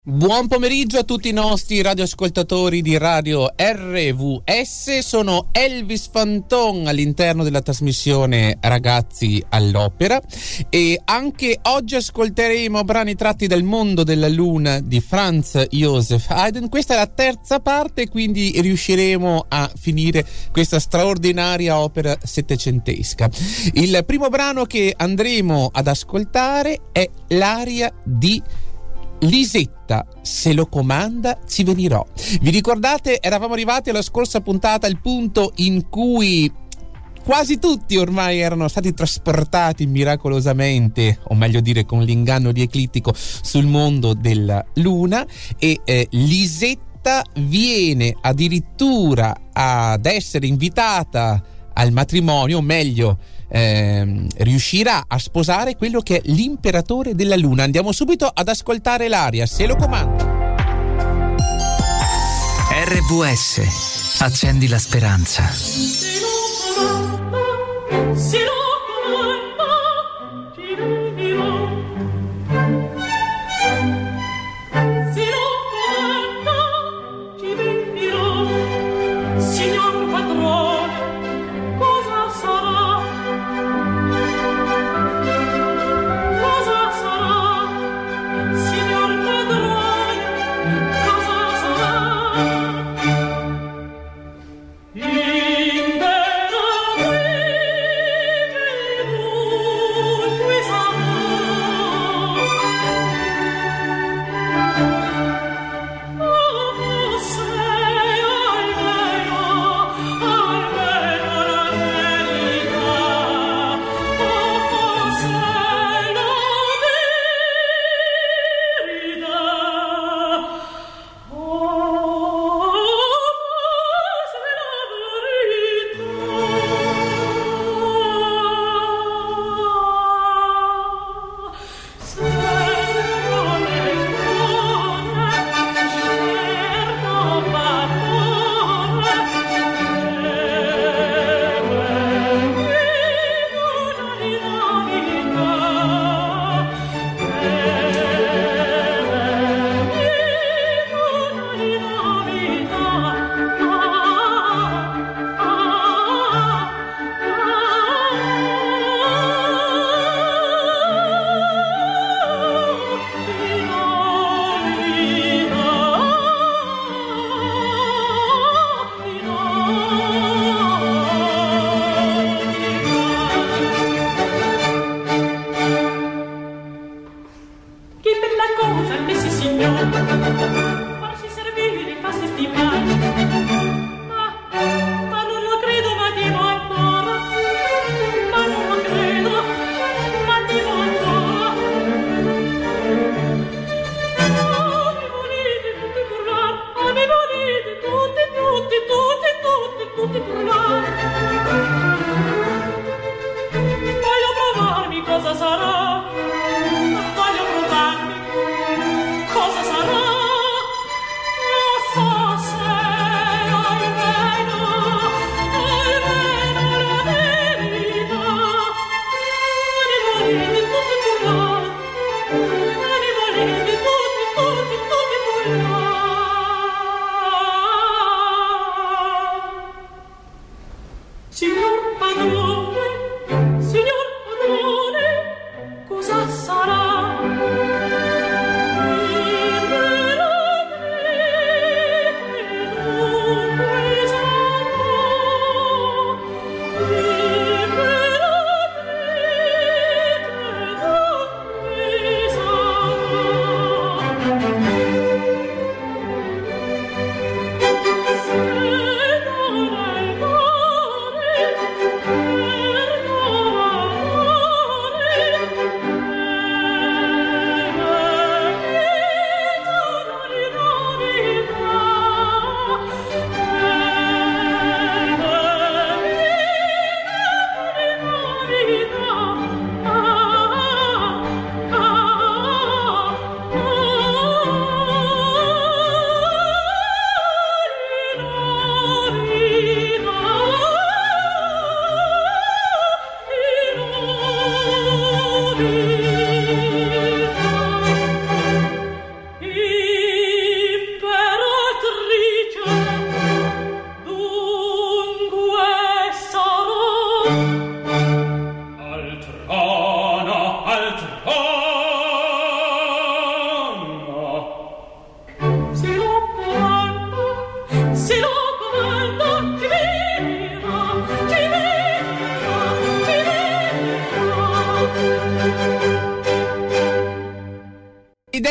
Buon pomeriggio a tutti i nostri radioascoltatori di Radio RVS, sono Elvis Fanton all'interno della trasmissione Ragazzi all'Opera e anche oggi ascolteremo brani tratti dal mondo della luna di Franz Joseph Haydn. Questa è la terza parte, quindi riusciremo a finire questa straordinaria opera settecentesca. Il primo brano che andremo ad ascoltare è l'aria di Lisetta, se lo comanda ci venirò. Vi ricordate, eravamo arrivati alla scorsa puntata al punto in cui quasi tutti ormai erano stati trasportati miracolosamente, o meglio dire con l'inganno di Eclittico, sul mondo della luna e Lisetta viene addirittura ad essere invitata al matrimonio, o meglio riuscirà a sposare quello che è l'imperatore della luna. Andiamo subito ad ascoltare l'aria, se lo comanda. RVS, accendi la speranza. In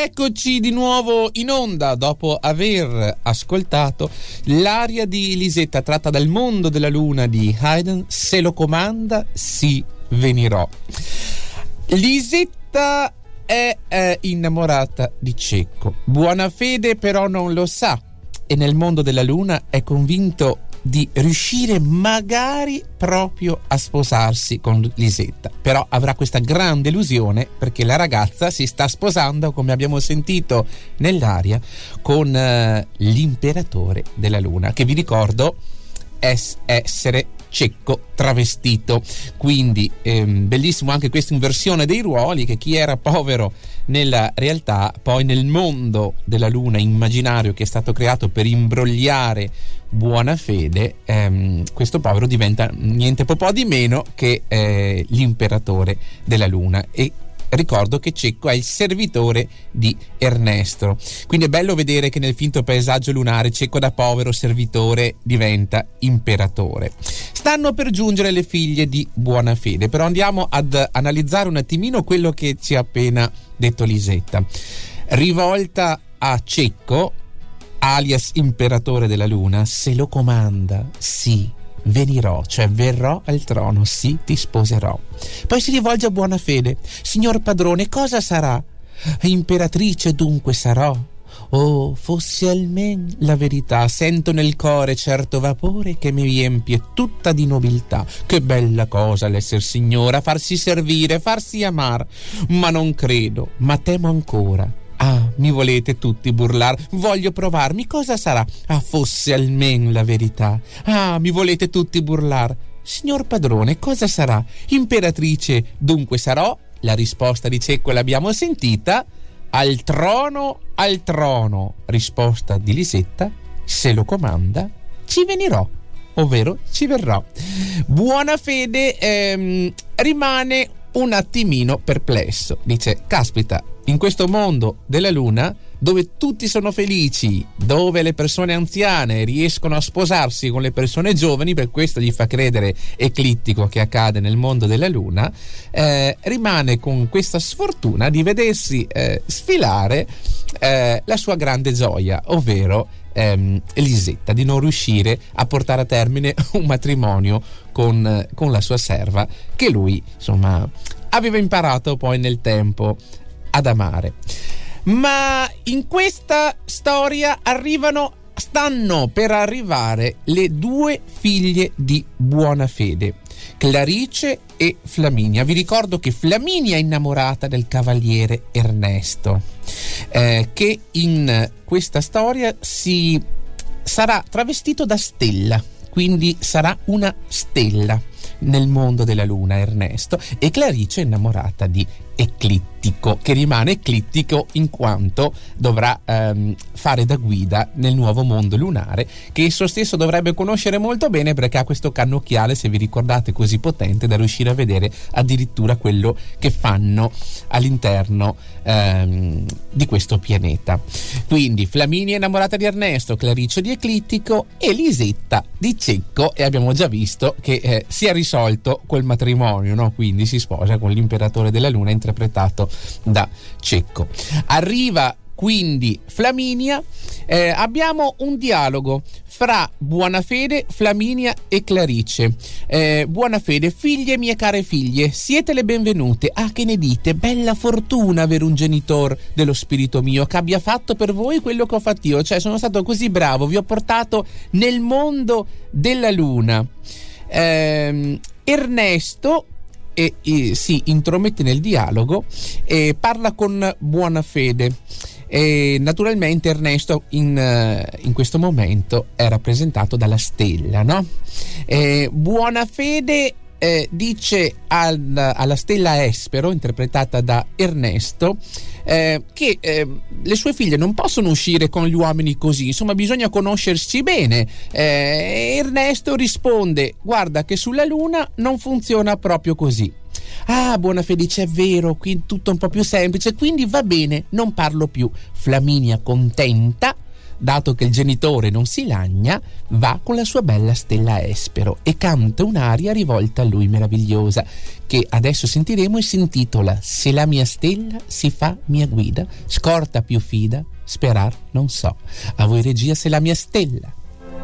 Ed eccoci di nuovo in onda dopo aver ascoltato l'aria di Lisetta tratta dal mondo della luna di Haydn, Se lo comanda, sì, venirò. Lisetta è innamorata di Cecco, Buonafede però non lo sa e nel mondo della luna è convinto di riuscire magari proprio a sposarsi con Lisetta, però avrà questa grande illusione perché la ragazza si sta sposando, come abbiamo sentito nell'aria, con l'imperatore della luna, che vi ricordo essere Cecco travestito. Quindi bellissimo anche questa inversione dei ruoli, che chi era povero nella realtà poi nel mondo della luna immaginario che è stato creato per imbrogliare Buonafede, questo povero diventa niente po' di meno che l'imperatore della luna. E ricordo che Cecco è il servitore di Ernesto, quindi è bello vedere che nel finto paesaggio lunare Cecco da povero servitore diventa imperatore. Stanno per giungere le figlie di Buonafede, però andiamo ad analizzare un attimino quello che ci ha appena detto Lisetta. Rivolta a Cecco, alias imperatore della luna, se lo comanda, sì, venirò, cioè verrò al trono, sì, ti sposerò. Poi si rivolge a Buonafede: signor padrone, cosa sarà? Imperatrice dunque sarò. Oh, fosse almen la verità, sento nel core certo vapore che mi riempie tutta di nobiltà. Che bella cosa l'esser signora, farsi servire, farsi amar, ma non credo, ma temo ancora. Ah, mi volete tutti burlar, voglio provarmi, cosa sarà? Ah, fosse almen la verità. Ah, mi volete tutti burlar. Signor padrone, cosa sarà? Imperatrice dunque sarò? La risposta di Cecco l'abbiamo sentita. Al trono, risposta di Lisetta, se lo comanda, ci venirò, ovvero ci verrò. Buonafede rimane un attimino perplesso, dice: caspita, in questo mondo della luna, dove tutti sono felici, dove le persone anziane riescono a sposarsi con le persone giovani, per questo gli fa credere eclittico che accade nel mondo della luna, rimane con questa sfortuna di vedersi sfilare la sua grande gioia, ovvero Lisetta, di non riuscire a portare a termine un matrimonio con la sua serva, che lui insomma aveva imparato poi nel tempo ad amare. Ma in questa storia stanno per arrivare le due figlie di Buonafede, Clarice e Flaminia. Vi ricordo che Flaminia è innamorata del cavaliere Ernesto, che in questa storia sarà travestito da stella, quindi sarà una stella nel mondo della luna Ernesto, e Clarice è innamorata di Eclittico, che rimane eclittico in quanto dovrà fare da guida nel nuovo mondo lunare, che esso stesso dovrebbe conoscere molto bene, perché ha questo cannocchiale, se vi ricordate, così potente da riuscire a vedere addirittura quello che fanno all'interno di questo pianeta. Quindi Flaminia è innamorata di Ernesto, Clarice di Eclittico e Lisetta di Cecco, e abbiamo già visto che si è risolto quel matrimonio, no? Quindi si sposa con l'imperatore della luna interpretato da Cecco. Arriva quindi Flaminia, abbiamo un dialogo fra Buonafede, Flaminia e Clarice. Buonafede: figlie mie care figlie, siete le benvenute. Ah, che ne dite? Bella fortuna avere un genitor dello spirito mio, che abbia fatto per voi quello che ho fatto io, cioè sono stato così bravo, vi ho portato nel mondo della luna. Ernesto si intromette nel dialogo e parla con Buonafede. Naturalmente Ernesto in questo momento è rappresentato dalla stella, no? Buonafede dice alla stella Espero, interpretata da Ernesto, che le sue figlie non possono uscire con gli uomini così, insomma bisogna conoscersi bene. Ernesto risponde: guarda che sulla luna non funziona proprio così. Ah, Buonafede dice: è vero, qui tutto un po' più semplice, quindi va bene, non parlo più. Flaminia, contenta, dato che il genitore non si lagna, va con la sua bella stella Espero e canta un'aria rivolta a lui meravigliosa, che adesso sentiremo e si intitola Se la mia stella si fa mia guida, scorta più fida, sperar non so. A voi regia, Se la mia stella.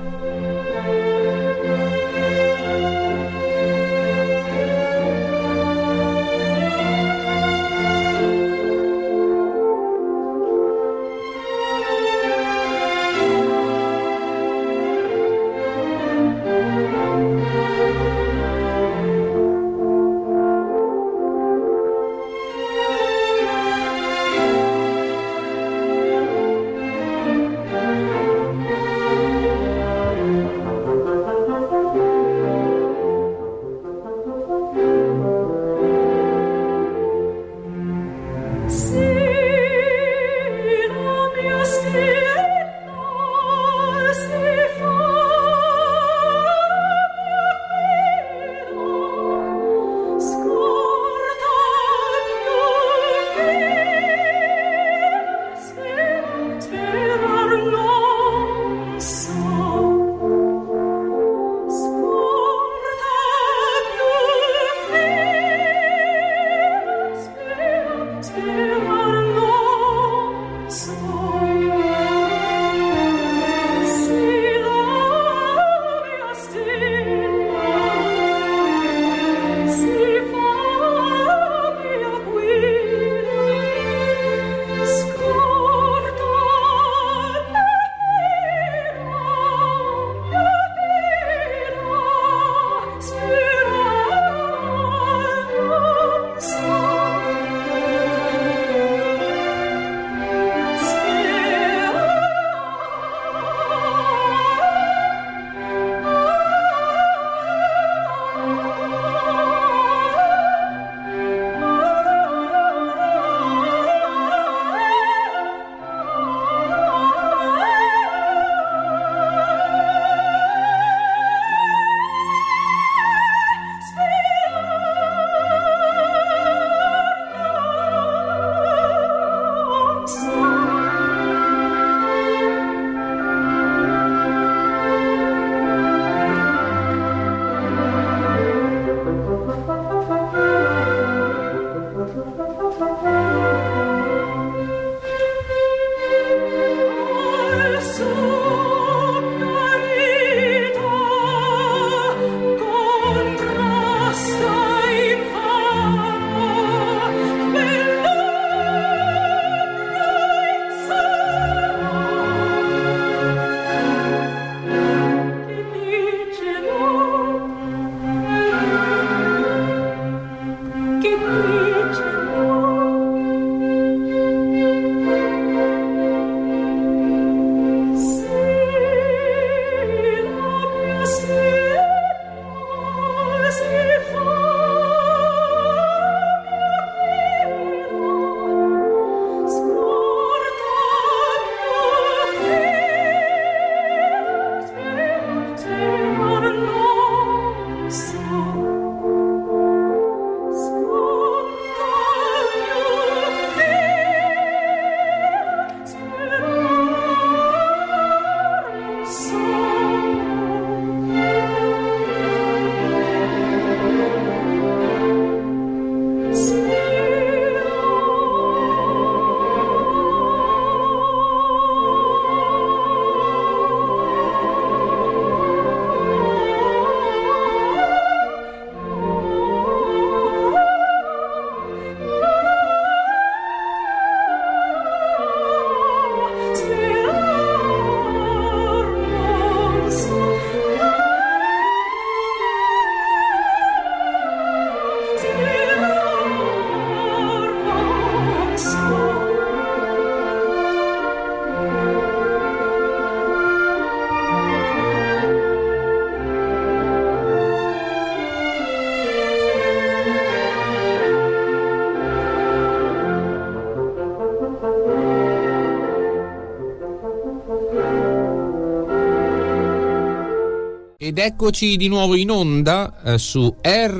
Ed eccoci di nuovo in onda su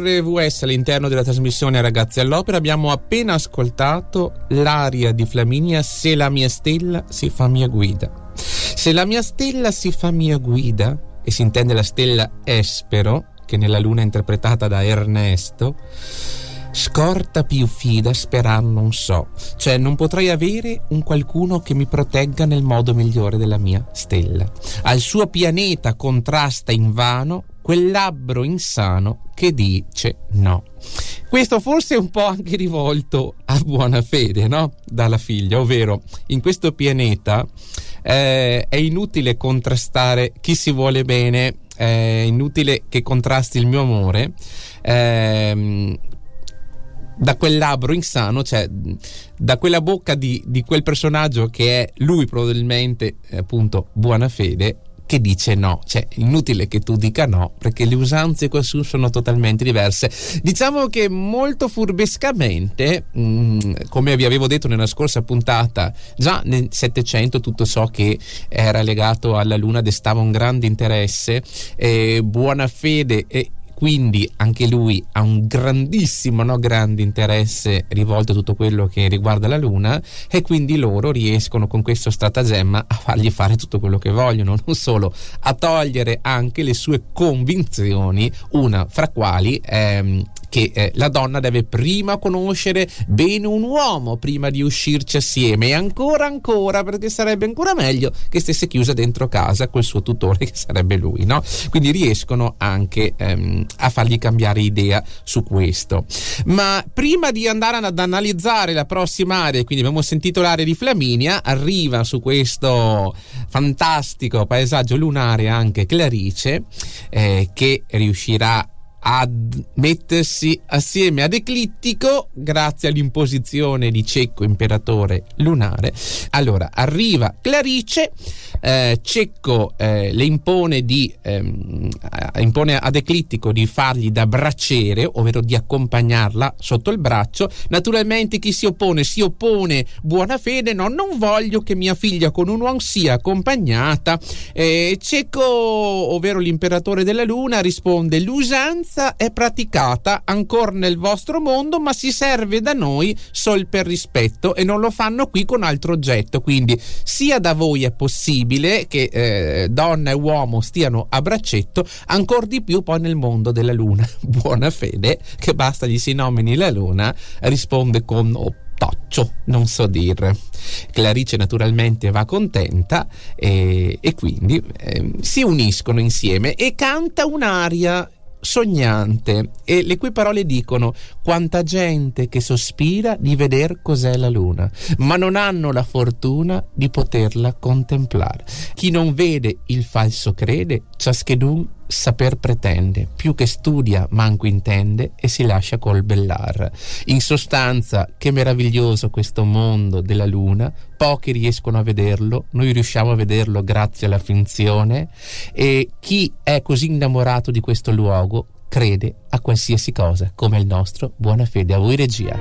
RVS all'interno della trasmissione Ragazzi all'Opera. Abbiamo appena ascoltato l'aria di Flaminia Se la mia stella si fa mia guida. Se la mia stella si fa mia guida, e si intende la stella Espero, che nella luna è interpretata da Ernesto, scorta più fida sperar non so, cioè non potrei avere un qualcuno che mi protegga nel modo migliore della mia stella. Al suo pianeta contrasta invano quel labbro insano che dice no. Questo forse è un po' anche rivolto a buona fede, no? Dalla figlia, ovvero in questo pianeta è inutile contrastare chi si vuole bene, è inutile che contrasti il mio amore da quel labbro insano, cioè da quella bocca di quel personaggio che è lui probabilmente appunto buona fede, che dice no. Cioè inutile che tu dica no, perché le usanze quassù sono totalmente diverse. Diciamo che molto furbescamente, come vi avevo detto nella scorsa puntata, già nel Settecento tutto ciò che era legato alla luna destava un grande interesse, buona fede e quindi anche lui ha un grandissimo, grande interesse rivolto a tutto quello che riguarda la luna, e quindi loro riescono con questo stratagemma a fargli fare tutto quello che vogliono, non solo, a togliere anche le sue convinzioni, una fra quali che la donna deve prima conoscere bene un uomo prima di uscirci assieme, e ancora perché sarebbe ancora meglio che stesse chiusa dentro casa col suo tutore, che sarebbe lui, no? Quindi riescono anche a fargli cambiare idea su questo. Ma prima di andare ad analizzare la prossima area, quindi abbiamo sentito l'area di Flaminia, arriva su questo fantastico paesaggio lunare anche Clarice, che riuscirà a mettersi assieme ad Eclittico grazie all'imposizione di Cecco, imperatore lunare. Allora arriva Clarice, Cecco le impone ad Eclittico di fargli da bracciere, ovvero di accompagnarla sotto il braccio. Naturalmente chi si oppone buona fede, no, non voglio che mia figlia con un uomo sia accompagnata. Cecco, ovvero l'imperatore della luna, risponde: l'usanza è praticata ancora nel vostro mondo, ma si serve da noi sol per rispetto, e non lo fanno qui con altro oggetto. Quindi sia da voi è possibile che donna e uomo stiano a braccetto, ancor di più poi nel mondo della luna. Buona fede, che basta gli si nomini la luna, risponde con toccio, non so dire. Clarice naturalmente va contenta e quindi si uniscono insieme e canta un'aria sognante, e le cui parole dicono: quanta gente che sospira di veder cos'è la luna, ma non hanno la fortuna di poterla contemplare. Chi non vede il falso crede, ciaschedun saper pretende, più che studia manco intende, e si lascia colbellar. In sostanza, che meraviglioso questo mondo della luna, pochi riescono a vederlo, noi riusciamo a vederlo grazie alla finzione, e chi è così innamorato di questo luogo crede a qualsiasi cosa, come il nostro buona fede. A voi regia.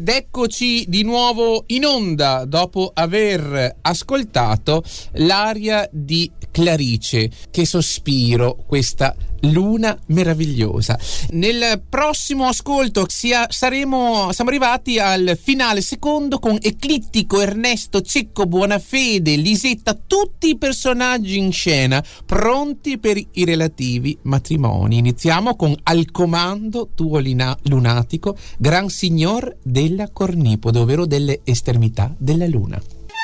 Ed eccoci di nuovo in onda dopo aver ascoltato l'aria di Clarice, Che sospiro, questa luna meravigliosa. Nel prossimo ascolto siamo arrivati al finale secondo con Eclittico, Ernesto, Cecco, Buonafede, Lisetta, tutti i personaggi in scena pronti per i relativi matrimoni. Iniziamo con Al comando tuo lunatico, gran signor della cornipode, ovvero delle estremità della luna.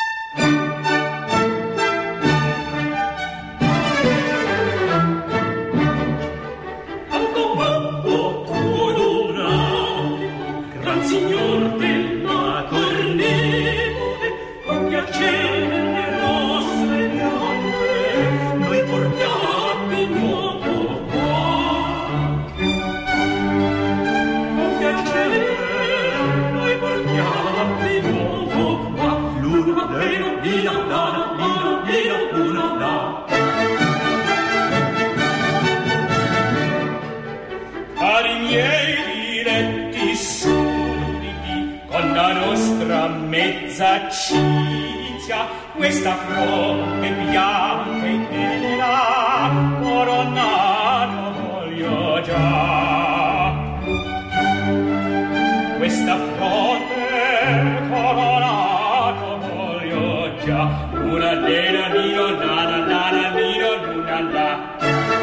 Mezza cizia, questa fronte bianca e tenera, coronato voglio già. Questa fronte coronato voglio già. Una nera nino nana nana nino luna la.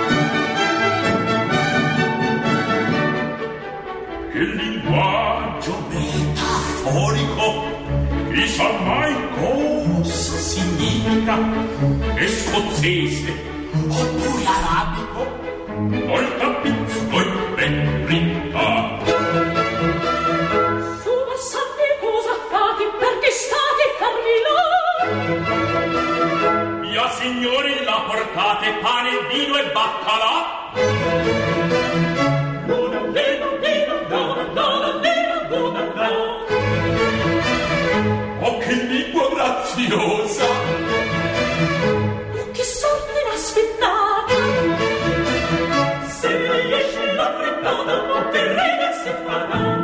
Che linguaggio metaforico! Chissà mai cosa significa, è scozzese oppure arabico, non capisco in verità. Su, ma sappi cosa fate, perché state fermi là? Mia signori, la portate pane, vino e baccalà? Oh, che lingua graziosa! Oh, che sorte inaspettata! Se riesce la frittata, non che ride si farà!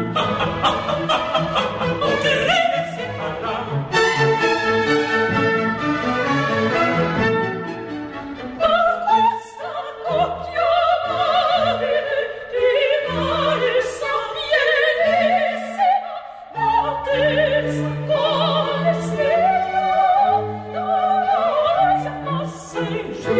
Oh, che ride si farà! Ma questa coppia amabile, divina e sapienissima, l'attesa con le stelle, la noia passa in giù.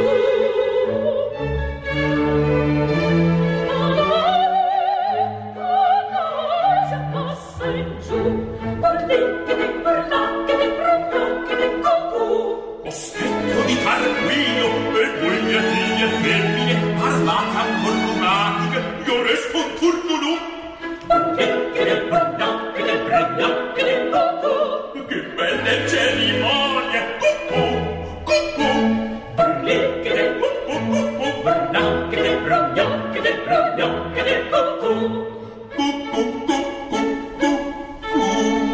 La noia passa in giù. Burlicchete, burlacchete, brugnocchete, cucù. Cospetto di Tarquinio e voi mie figlie femmine parlate ancor lunatiche, io resto un turnulù. Burlicchete, burlacchete, brugnocchete, cucù. Che belle cerimonie! Cucù, cucù, Burlicchete, cucù, burlacchete, brugnocchete, brugnocchete, cucù. cucù, cucù, cucù.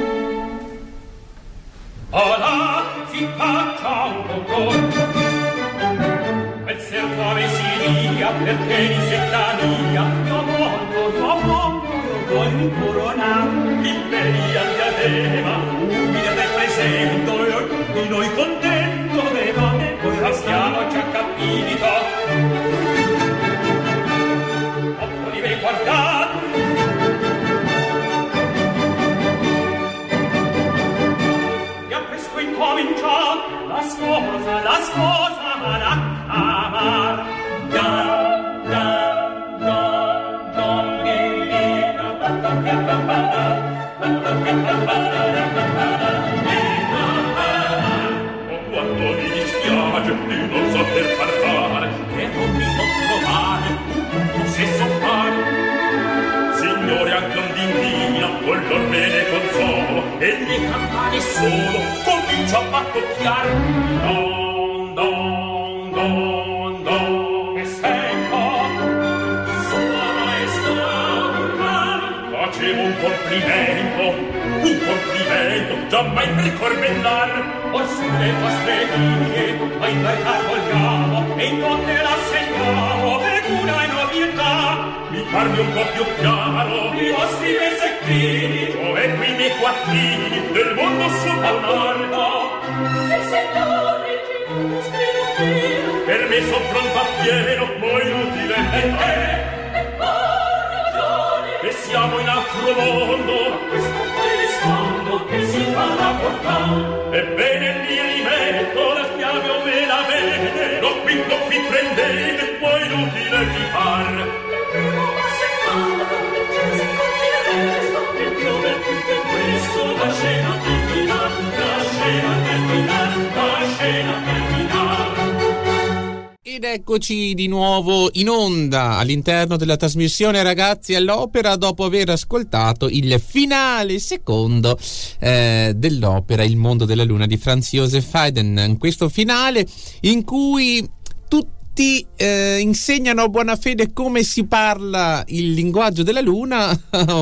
Ora si faccia un cucù. Quel sertore si dia perché di setta mia. Io voglio incoronare l'imperia di Adema. Umile te presento e di noi contento e poi restiamo già capito. Otto di me guardate. E a questo incominciato la sposa, la amar. Quanto mi dispiace di non saper parlare e non mi so trovare un sesso fare. Signore, anche un d'indigna con lor bene consolo e le campane solo comincia a battocchiare. Don, don, don, don, e secco sua maestà urlare. Facevo un complimento, giammai per cormellar. Or sulle vostre figlie, a imbarcar vogliamo, e in donne la segniamo, fortuna e nobiltà. Mi parli un po' più chiaro i vostri versettini, cioè qui nei quattrini del mondo subalterno. Se signore che non scrivo più, Per me son pronto a pieno, mo' inutile è te. e con ragione, E siamo in altro mondo, questo poi rispondo che si fa la portà. ebbene mi rimetto la chiave o me la vede. No qui prendete, mo' inutile mi par. Il primo passo è fatto, c'è il secondo e il resto, il più bel punto è questo, la scena termina, la scena termina, la scena termina. Ed eccoci di nuovo in onda all'interno della trasmissione Ragazzi all'Opera, dopo aver ascoltato il finale secondo dell'opera Il mondo della luna di Franz Joseph Haydn. Questo finale in cui tutti insegnano a buona fede come si parla il linguaggio della luna,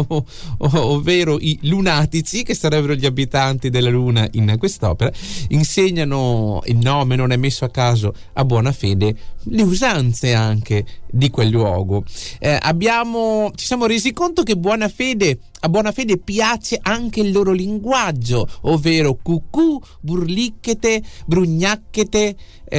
ovvero i lunatici, che sarebbero gli abitanti della luna in quest'opera, insegnano, il nome non è messo a caso, a buona fede le usanze anche di quel luogo. Ci siamo resi conto che a buona fede piace anche il loro linguaggio, ovvero cucù, burlicchete, brugnacchete,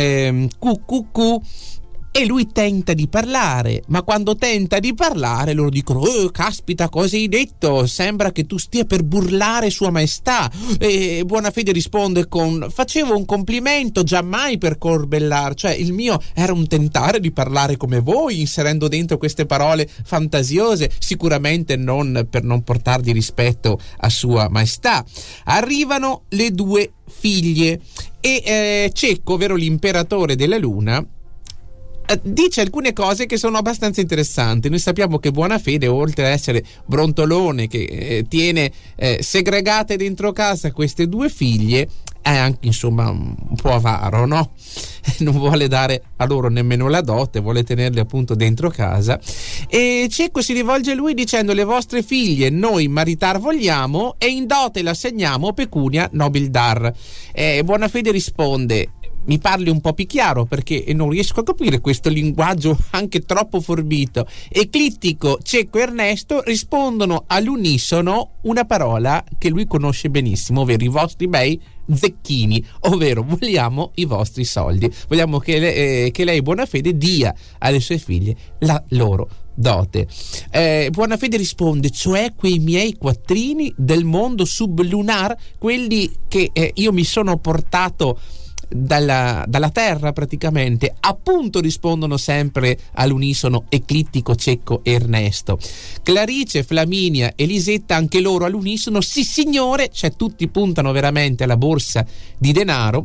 cucucù. E lui tenta di parlare, ma quando tenta di parlare loro dicono: caspita, cosa hai detto? Sembra che tu stia per burlare Sua Maestà. E Buonafede risponde con: facevo un complimento, giammai per corbellar, cioè il mio era un tentare di parlare come voi, inserendo dentro queste parole fantasiose, sicuramente non per non portar di rispetto a Sua Maestà. Arrivano le due figlie e Cecco, ovvero l'imperatore della luna, dice alcune cose che sono abbastanza interessanti. Noi sappiamo che Buonafede, oltre ad essere brontolone che tiene segregate dentro casa queste due figlie, è anche insomma un po' avaro, no? Non vuole dare a loro nemmeno la dote, vuole tenerle appunto dentro casa. E Cecco si rivolge a lui dicendo: le vostre figlie noi maritar vogliamo e in dote l'assegniamo pecunia nobildar. Buonafede risponde: mi parli un po' più chiaro, perché non riesco a capire questo linguaggio anche troppo forbito. Eclittico, Cecco e Ernesto rispondono all'unisono una parola che lui conosce benissimo, ovvero i vostri bei zecchini, ovvero vogliamo i vostri soldi, vogliamo che lei Buonafede dia alle sue figlie la loro dote. Buonafede risponde: cioè quei miei quattrini del mondo sublunar, quelli che io mi sono portato dalla terra praticamente. Appunto, rispondono sempre all'unisono Eclittico, Cecco e Ernesto. Clarice, Flaminia e Lisetta anche loro all'unisono: sì signore, cioè tutti puntano veramente alla borsa di denaro.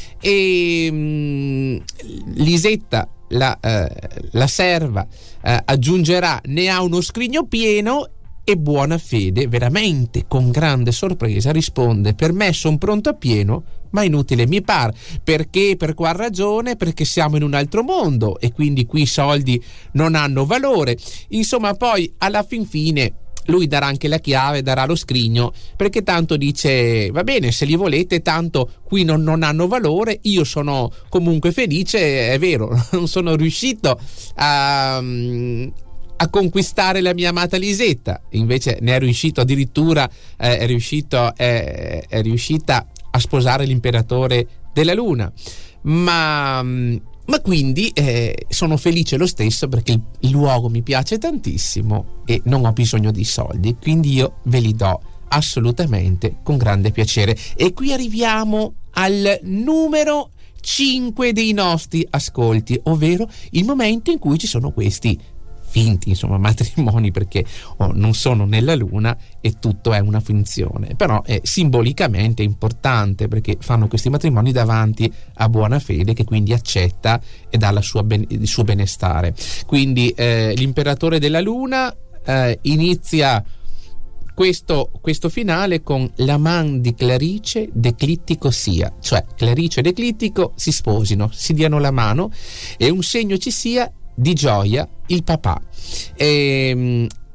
E Lisetta, la serva, aggiungerà: ne ha uno scrigno pieno. E Buonafede, veramente con grande sorpresa, risponde: per me son pronto a pieno, ma inutile mi par. Perché? Per qual ragione? Perché siamo in un altro mondo e quindi qui i soldi non hanno valore. Insomma, poi alla fin fine lui darà anche la chiave, darà lo scrigno, perché tanto dice: va bene, se li volete, tanto qui non hanno valore, io sono comunque felice. È vero, non sono riuscito a conquistare la mia amata Lisetta, invece ne è riuscito addirittura, è riuscita a sposare l'imperatore della luna, ma quindi sono felice lo stesso, perché il luogo mi piace tantissimo e non ho bisogno di soldi, quindi io ve li do assolutamente con grande piacere. E qui arriviamo al numero 5 dei nostri ascolti, ovvero il momento in cui ci sono questi finti, insomma, matrimoni, perché non sono nella luna e tutto è una finzione, però è simbolicamente importante, perché fanno questi matrimoni davanti a Buonafede, che quindi accetta e dà il suo benestare. Quindi l'imperatore della luna inizia questo finale con la man di Clarice d'Eclittico sia, cioè Clarice ed Eclittico si sposino, si diano la mano e un segno ci sia di gioia il papà.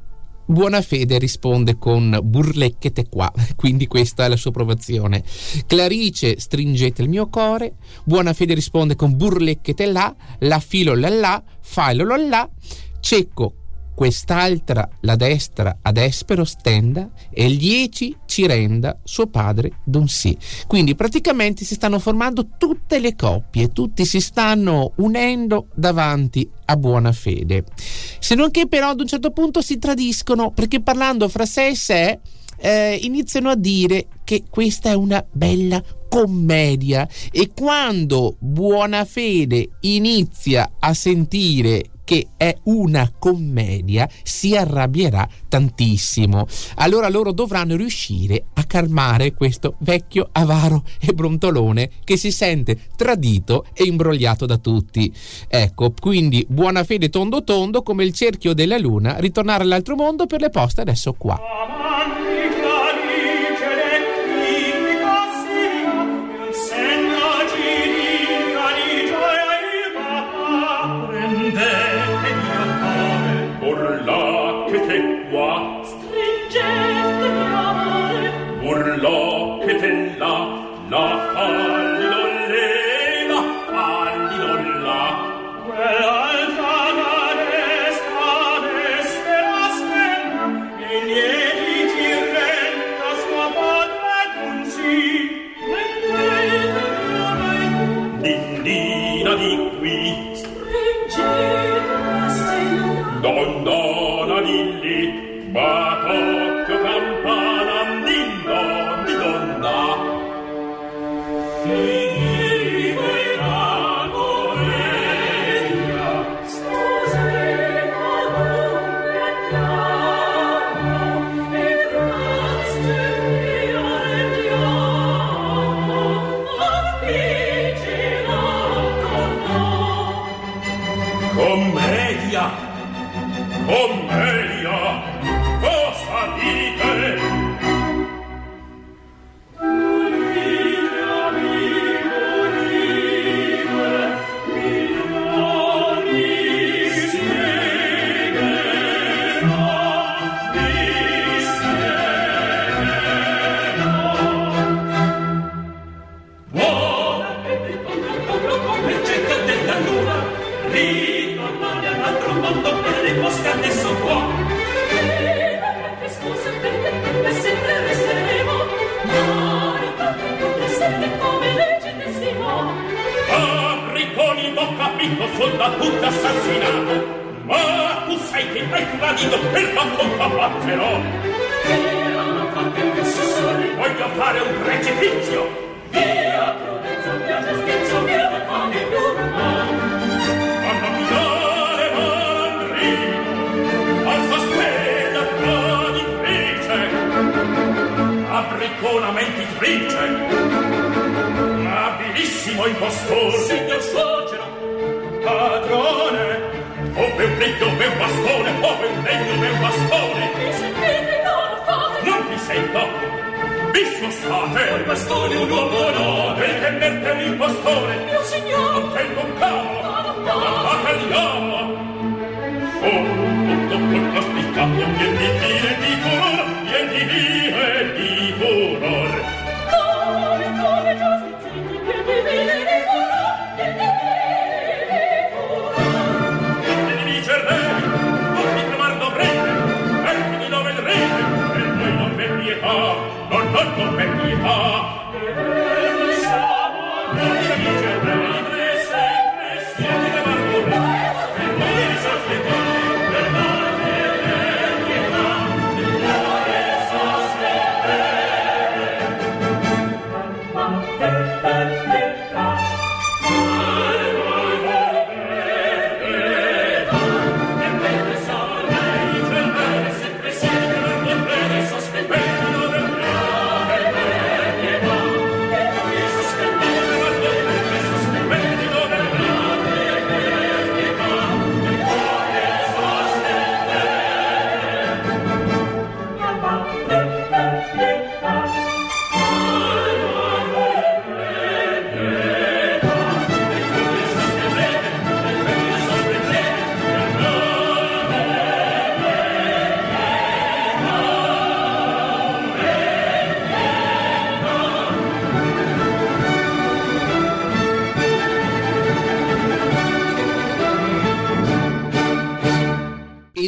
Buonafede risponde con burlecchete qua, quindi questa è la sua approvazione. Clarice, stringete il mio cuore. Buonafede risponde con burlecchete là, la filo là, filo là. Cecco, quest'altra la destra ad espero stenda e il 10 ci renda suo padre d'un sì. Quindi praticamente si stanno formando tutte le coppie, tutti si stanno unendo davanti a Buonafede, se non che però ad un certo punto si tradiscono, perché parlando fra sé e sé iniziano a dire che questa è una bella commedia, e quando Buonafede inizia a sentire che è una commedia si arrabbierà tantissimo. Allora loro dovranno riuscire a calmare questo vecchio avaro e brontolone che si sente tradito e imbrogliato da tutti. Ecco, quindi Buonafede tondo tondo come il cerchio della luna, ritornare all'altro mondo per le poste adesso qua. La fallino lì, la fallino là. Quell'altra da destra la stella, e lieti ti renda sua padre d'un sì. Dindina di qui, stringete la stella, donna di lì, batocchio campana, dindon di donna. Commedia, cosa dite? Da tutto assassinato, ma tu sai che hai tradito per la colpa pazzerò. Voglio fare un precipizio. Via, prudenza, piace, scherzo, via, ne fa di più. A nominare Mandrino, al sospeda traditrice, a briccona mentitrice, abilissimo impostor. Signor suocero, padrone, o per un legno, per un bastone, o per un legno, per un bastone. Mi sentite, non fate. Non mi sento. Vi spostate. Il bastone un uomo no. Per tenerte l'impostore. Mio signore. Non tengo un cavolo. Ma battagliamo. Tutto spiccato. Vien di dire di color. Vien di dire di color. Come giustiziati. Vien di dire di color. Vien di dire. Non per pietà. Siamo noi amici e sempre, siete da Marmura. Per noi sospettate, per noi per pietà. Per noi sospettate.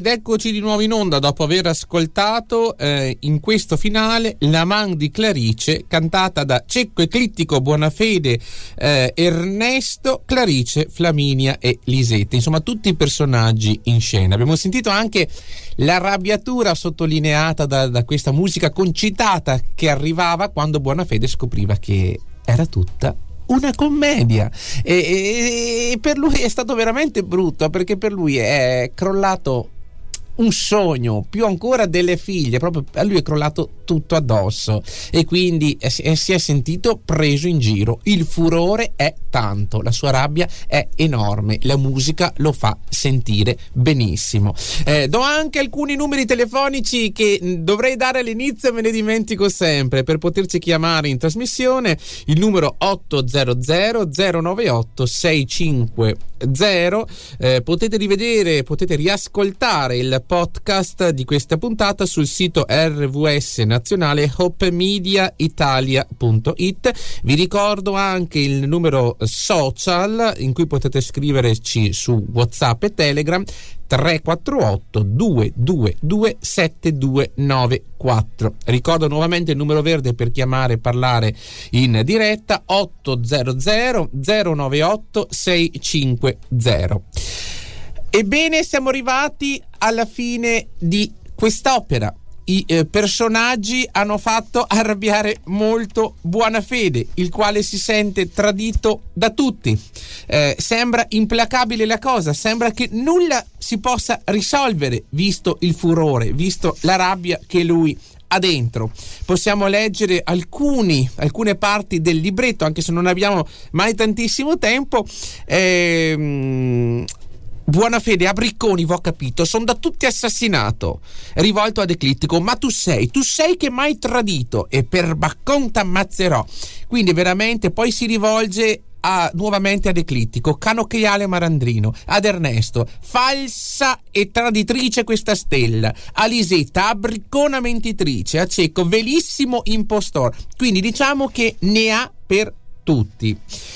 Ed eccoci di nuovo in onda dopo aver ascoltato in questo finale La Man di Clarice, cantata da Cecco Eclittico, Buonafede, Ernesto, Clarice, Flaminia e Lisetta, insomma tutti i personaggi in scena. Abbiamo sentito anche l'arrabbiatura sottolineata da questa musica concitata che arrivava quando Buonafede scopriva che era tutta una commedia, e per lui è stato veramente brutto, perché per lui è crollato un sogno, più ancora delle figlie, proprio a lui è crollato tutto addosso e quindi si è sentito preso in giro. Il furore è tanto, la sua rabbia è enorme, la musica lo fa sentire benissimo. Do anche alcuni numeri telefonici che dovrei dare all'inizio e me ne dimentico sempre per poterci chiamare in trasmissione. Il numero 800 098 650. Potete rivedere, potete riascoltare il podcast di questa puntata sul sito RVS nazionale hopemediaitalia.it. Vi ricordo anche il numero social in cui potete scriverci su WhatsApp e Telegram: 348 222 7294. Ricordo nuovamente il numero verde per chiamare e parlare in diretta: 800 098 650. Ebbene, siamo arrivati alla fine di quest'opera. I personaggi hanno fatto arrabbiare molto Buonafede, il quale si sente tradito da tutti. Sembra implacabile la cosa, sembra che nulla si possa risolvere, visto il furore, visto la rabbia che lui ha dentro. Possiamo leggere alcune parti del libretto, anche se non abbiamo mai tantissimo tempo. Buonafede a Bricconi, v'ho capito, son da tutti assassinato. Rivolto ad Eclittico: ma tu sei che m'hai tradito, e per Baccon t'ammazzerò. Quindi veramente poi si rivolge nuovamente ad Eclittico: canocchiale malandrino. Ad Ernesto: falsa e traditrice questa stella. A Lisetta: a Briccona mentitrice. A Cecco: velissimo impostor. Quindi diciamo che ne ha per tutti.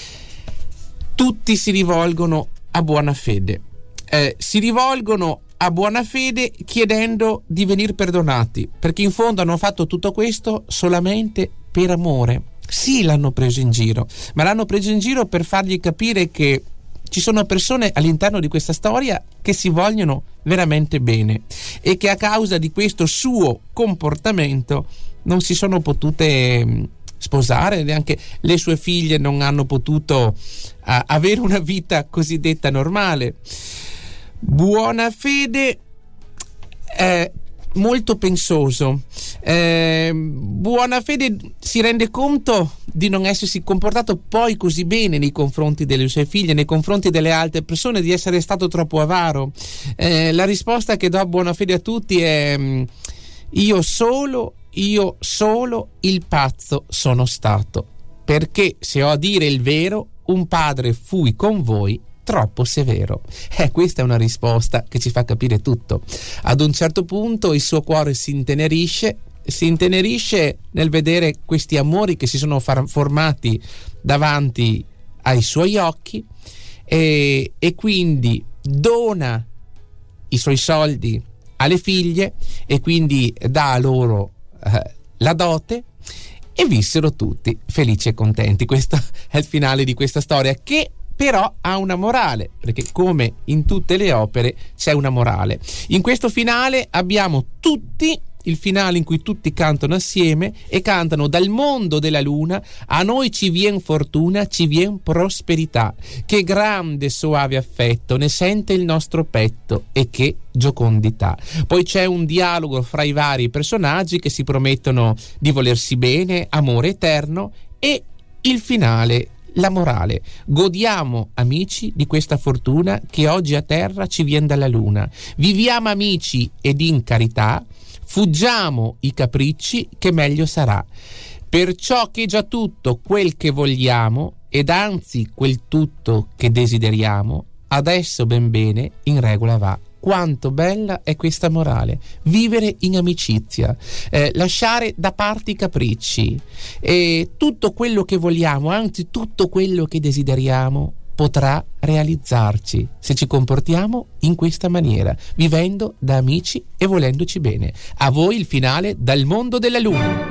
Tutti si rivolgono a Buonafede. Si rivolgono a Buonafede chiedendo di venir perdonati, perché in fondo hanno fatto tutto questo solamente per amore. Sì, l'hanno preso in giro, ma l'hanno preso in giro per fargli capire che ci sono persone all'interno di questa storia che si vogliono veramente bene e che a causa di questo suo comportamento non si sono potute sposare, neanche le sue figlie non hanno potuto avere una vita cosiddetta normale. Buonafede è molto pensoso. Buonafede si rende conto di non essersi comportato poi così bene nei confronti delle sue figlie, nei confronti delle altre persone, di essere stato troppo avaro. La risposta che do a Buonafede a tutti è: io solo il pazzo sono stato, perché se ho a dire il vero, un padre fui con voi troppo severo. Questa è una risposta che ci fa capire tutto. Ad un certo punto il suo cuore si intenerisce nel vedere questi amori che si sono formati davanti ai suoi occhi, e quindi dona i suoi soldi alle figlie e quindi dà loro la dote, e vissero tutti felici e contenti. Questo è il finale di questa storia, che però ha una morale, perché come in tutte le opere c'è una morale. In questo finale abbiamo tutti il finale in cui tutti cantano assieme e cantano: dal mondo della luna a noi ci vien fortuna, ci vien prosperità, che grande soave affetto ne sente il nostro petto, e che giocondità. Poi c'è un dialogo fra i vari personaggi che si promettono di volersi bene, amore eterno, e il finale, la morale: godiamo amici di questa fortuna che oggi a terra ci vien dalla luna, viviamo amici ed in carità, fuggiamo i capricci che meglio sarà, perciò che già tutto quel che vogliamo, ed anzi quel tutto che desideriamo, adesso ben bene in regola va. Quanto bella è questa morale: vivere in amicizia, lasciare da parte i capricci, e tutto quello che vogliamo, anzi tutto quello che desideriamo, potrà realizzarci se ci comportiamo in questa maniera, vivendo da amici e volendoci bene. A voi il finale dal mondo della luna.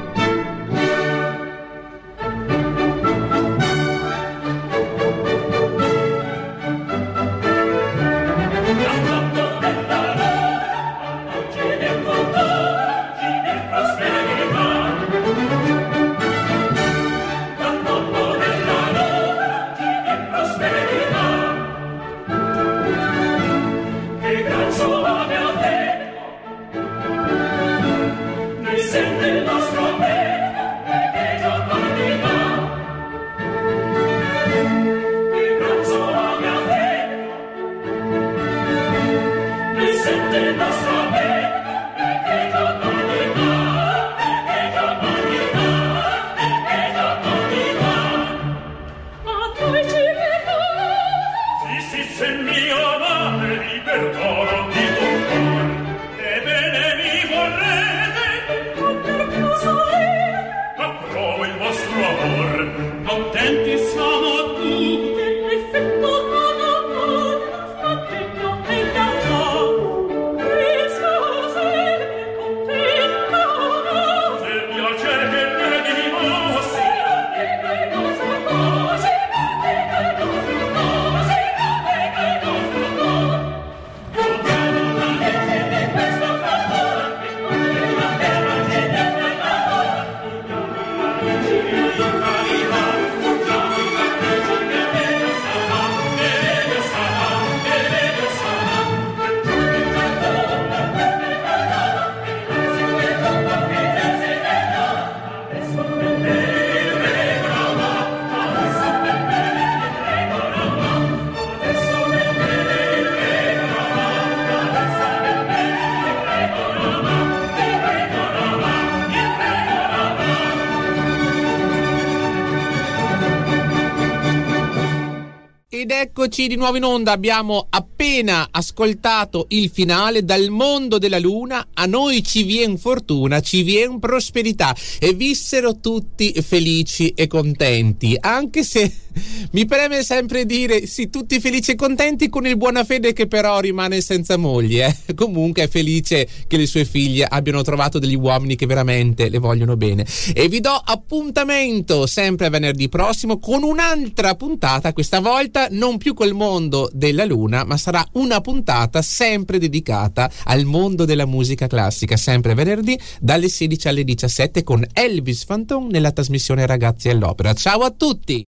Ed eccoci di nuovo in onda, abbiamo appena ascoltato il finale dal mondo della luna. A noi ci vien fortuna, ci vien prosperità e vissero tutti felici e contenti, anche se mi preme sempre dire sì, tutti felici e contenti con il Buonafede che però rimane senza moglie. Comunque è felice che le sue figlie abbiano trovato degli uomini che veramente le vogliono bene. E vi do appuntamento sempre a venerdì prossimo con un'altra puntata, questa volta non più col mondo della luna, ma sarà una puntata sempre dedicata al mondo della musica classica, sempre venerdì dalle 16 alle 17 con Elvis Fanton nella trasmissione Ragazzi all'Opera. Ciao a tutti!